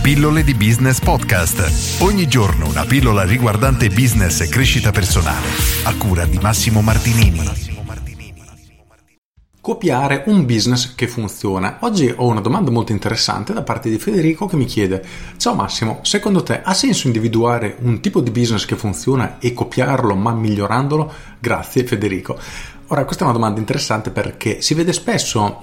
Pillole di Business Podcast. Ogni giorno una pillola riguardante business e crescita personale. A cura di Massimo Martinini. Copiare un business che funziona. Oggi ho una domanda molto interessante da parte di Federico che mi chiede: ciao Massimo, secondo te ha senso individuare un tipo di business che funziona e copiarlo ma migliorandolo? Grazie Federico. Ora, questa è una domanda interessante perché si vedono spesso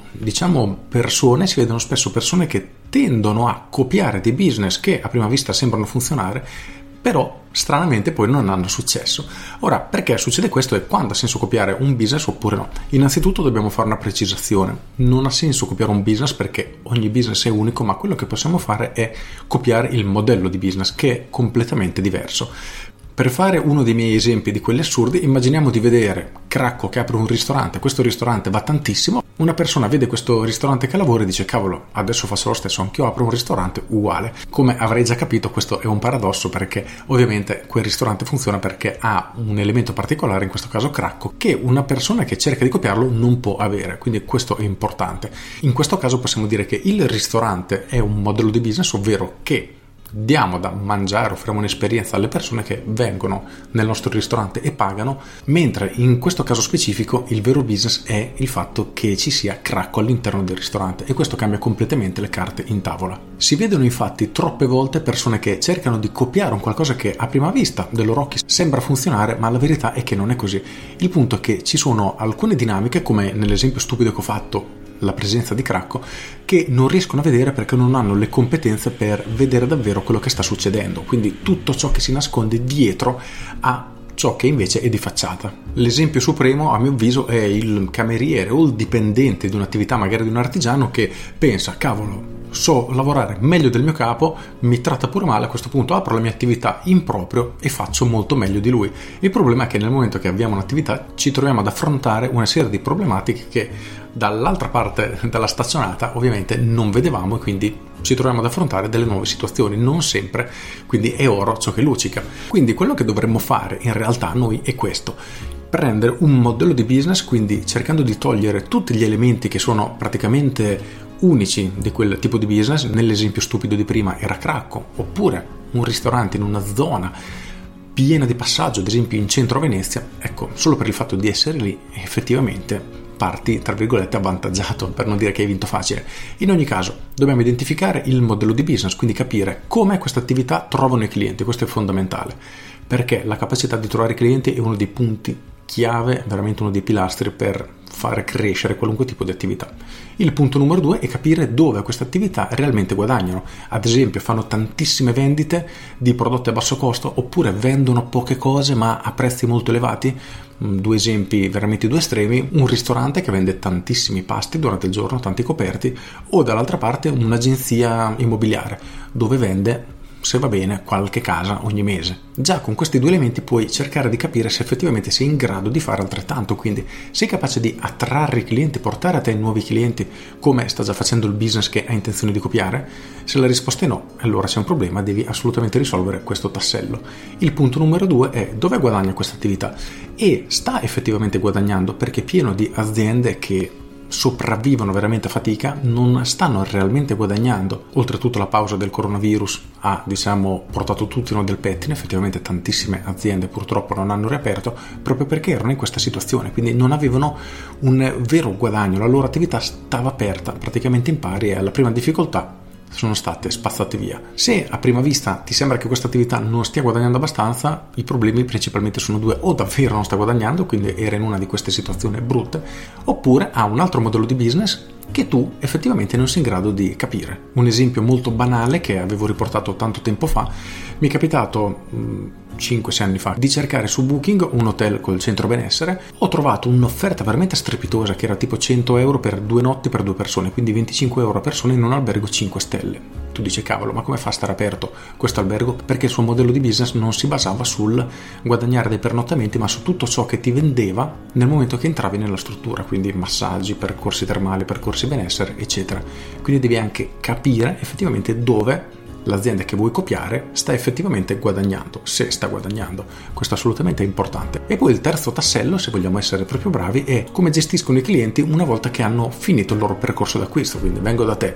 persone che tendono a copiare dei business che a prima vista sembrano funzionare, però stranamente poi non hanno successo. Ora, perché succede questo e quando ha senso copiare un business oppure no? Innanzitutto dobbiamo fare una precisazione: non ha senso copiare un business perché ogni business è unico, ma quello che possiamo fare è copiare il modello di business, che è completamente diverso. Per fare uno dei miei esempi di quelli assurdi, immaginiamo di vedere Cracco che apre un ristorante, questo ristorante va tantissimo, una persona vede questo ristorante che lavora e dice: cavolo, adesso faccio lo stesso, anch'io apro un ristorante uguale. Come avrei già capito, questo è un paradosso, perché ovviamente quel ristorante funziona perché ha un elemento particolare, in questo caso Cracco, che una persona che cerca di copiarlo non può avere, quindi questo è importante. In questo caso possiamo dire che il ristorante è un modello di business, ovvero che diamo da mangiare, offriamo un'esperienza alle persone che vengono nel nostro ristorante e pagano, mentre in questo caso specifico il vero business è il fatto che ci sia Cracco all'interno del ristorante, e questo cambia completamente le carte in tavola. Si vedono infatti troppe volte persone che cercano di copiare un qualcosa che a prima vista dei loro occhi sembra funzionare, ma la verità è che non è così. Il punto è che ci sono alcune dinamiche, come nell'esempio stupido che ho fatto, la presenza di Cracco, che non riescono a vedere perché non hanno le competenze per vedere davvero quello che sta succedendo, quindi tutto ciò che si nasconde dietro a ciò che invece è di facciata. L'esempio supremo, a mio avviso, è il cameriere o il dipendente di un'attività, magari di un artigiano, che pensa: cavolo, so lavorare meglio del mio capo, mi tratta pure male, a questo punto apro la mia attività in proprio e faccio molto meglio di lui. Il problema è che nel momento che abbiamo un'attività ci troviamo ad affrontare una serie di problematiche che dall'altra parte della staccionata ovviamente non vedevamo, e quindi ci troviamo ad affrontare delle nuove situazioni, non sempre, quindi è oro ciò che luccica. Quindi quello che dovremmo fare in realtà noi è questo: prendere un modello di business, quindi cercando di togliere tutti gli elementi che sono praticamente unici di quel tipo di business. Nell'esempio stupido di prima era Cracco, oppure un ristorante in una zona piena di passaggio, ad esempio in centro a Venezia. Ecco, solo per il fatto di essere lì effettivamente parti, tra virgolette, avvantaggiato, per non dire che hai vinto facile. In ogni caso dobbiamo identificare il modello di business, quindi capire come queste attività trovano i clienti. Questo è fondamentale, perché la capacità di trovare i clienti è uno dei punti chiave, veramente uno dei pilastri per fare crescere qualunque tipo di attività. Il punto numero 2 è capire dove queste attività realmente guadagnano. Ad esempio, fanno tantissime vendite di prodotti a basso costo, oppure vendono poche cose ma a prezzi molto elevati. Due esempi, veramente due estremi: un ristorante che vende tantissimi pasti durante il giorno, tanti coperti, o dall'altra parte un'agenzia immobiliare dove vende, se va bene, qualche casa ogni mese. Già con questi due elementi puoi cercare di capire se effettivamente sei in grado di fare altrettanto, quindi sei capace di attrarre i clienti, portare a te nuovi clienti, come sta già facendo il business che hai intenzione di copiare. Se la risposta è no, allora c'è un problema, devi assolutamente risolvere questo tassello. Il punto numero 2 è: dove guadagna questa attività? E sta effettivamente guadagnando? Perché è pieno di aziende che sopravvivono veramente a fatica, non stanno realmente guadagnando. Oltretutto la pausa del coronavirus ha, portato tutti del pettine. Effettivamente tantissime aziende purtroppo non hanno riaperto proprio perché erano in questa situazione, quindi non avevano un vero guadagno, la loro attività stava aperta praticamente in pari e alla prima difficoltà sono state spazzate via. Se a prima vista ti sembra che questa attività non stia guadagnando abbastanza, i problemi principalmente sono due: o davvero non sta guadagnando, quindi era in una di queste situazioni brutte, oppure ha un altro modello di business che tu effettivamente non sei in grado di capire. Un esempio molto banale che avevo riportato tanto tempo fa: mi è capitato 5-6 anni fa di cercare su Booking un hotel col centro benessere. Ho trovato un'offerta veramente strepitosa che era tipo 100 euro per 2 notti per 2 persone, quindi 25 euro a persona in un albergo 5 stelle. Tu dici: cavolo, ma come fa a stare aperto questo albergo? Perché il suo modello di business non si basava sul guadagnare dei pernottamenti, ma su tutto ciò che ti vendeva nel momento che entravi nella struttura, quindi massaggi, percorsi termali, percorsi benessere, eccetera. Quindi devi anche capire effettivamente dove l'azienda che vuoi copiare sta effettivamente guadagnando, se sta guadagnando. Questo è assolutamente importante. E poi il terzo tassello, se vogliamo essere proprio bravi, è come gestiscono i clienti una volta che hanno finito il loro percorso d'acquisto. Quindi vengo da te,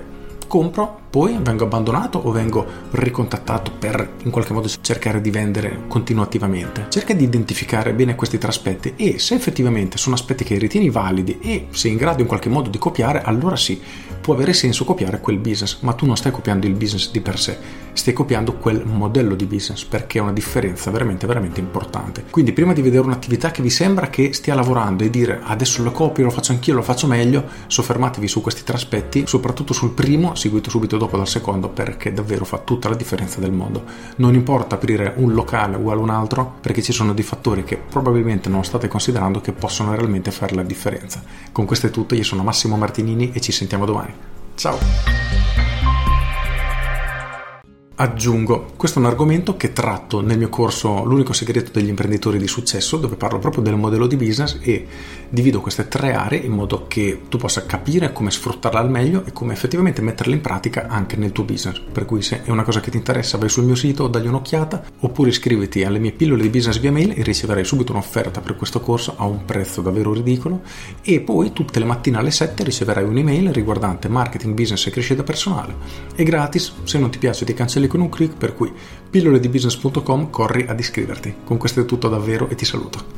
compro, poi vengo abbandonato o vengo ricontattato per in qualche modo cercare di vendere continuativamente. Cerca di identificare bene questi tre aspetti e se effettivamente sono aspetti che ritieni validi e sei in grado in qualche modo di copiare, allora sì, può avere senso copiare quel business, ma tu non stai copiando il business di per sé, stai copiando quel modello di business, perché è una differenza veramente veramente importante. Quindi prima di vedere un'attività che vi sembra che stia lavorando e dire adesso lo copio, lo faccio anch'io, lo faccio meglio, soffermatevi su questi tre aspetti, soprattutto sul primo, seguito subito dopo dal secondo, perché davvero fa tutta la differenza del mondo. Non importa aprire un locale uguale a un altro, perché ci sono dei fattori che probabilmente non state considerando che possono realmente fare la differenza. Con questo è tutto, io sono Massimo Martinini e ci sentiamo domani. Ciao! Aggiungo, questo è un argomento che tratto nel mio corso L'unico segreto degli imprenditori di successo, dove parlo proprio del modello di business e divido queste tre aree in modo che tu possa capire come sfruttarla al meglio e come effettivamente metterla in pratica anche nel tuo business. Per cui se è una cosa che ti interessa, vai sul mio sito, dagli un'occhiata oppure iscriviti alle mie pillole di business via mail e riceverai subito un'offerta per questo corso a un prezzo davvero ridicolo e poi tutte le mattine alle 7 riceverai un'email riguardante marketing, business e crescita personale. È gratis, se non ti piace ti cancelli con un click, per cui pilloledibusiness.com, corri ad iscriverti. Con questo è tutto davvero e ti saluto.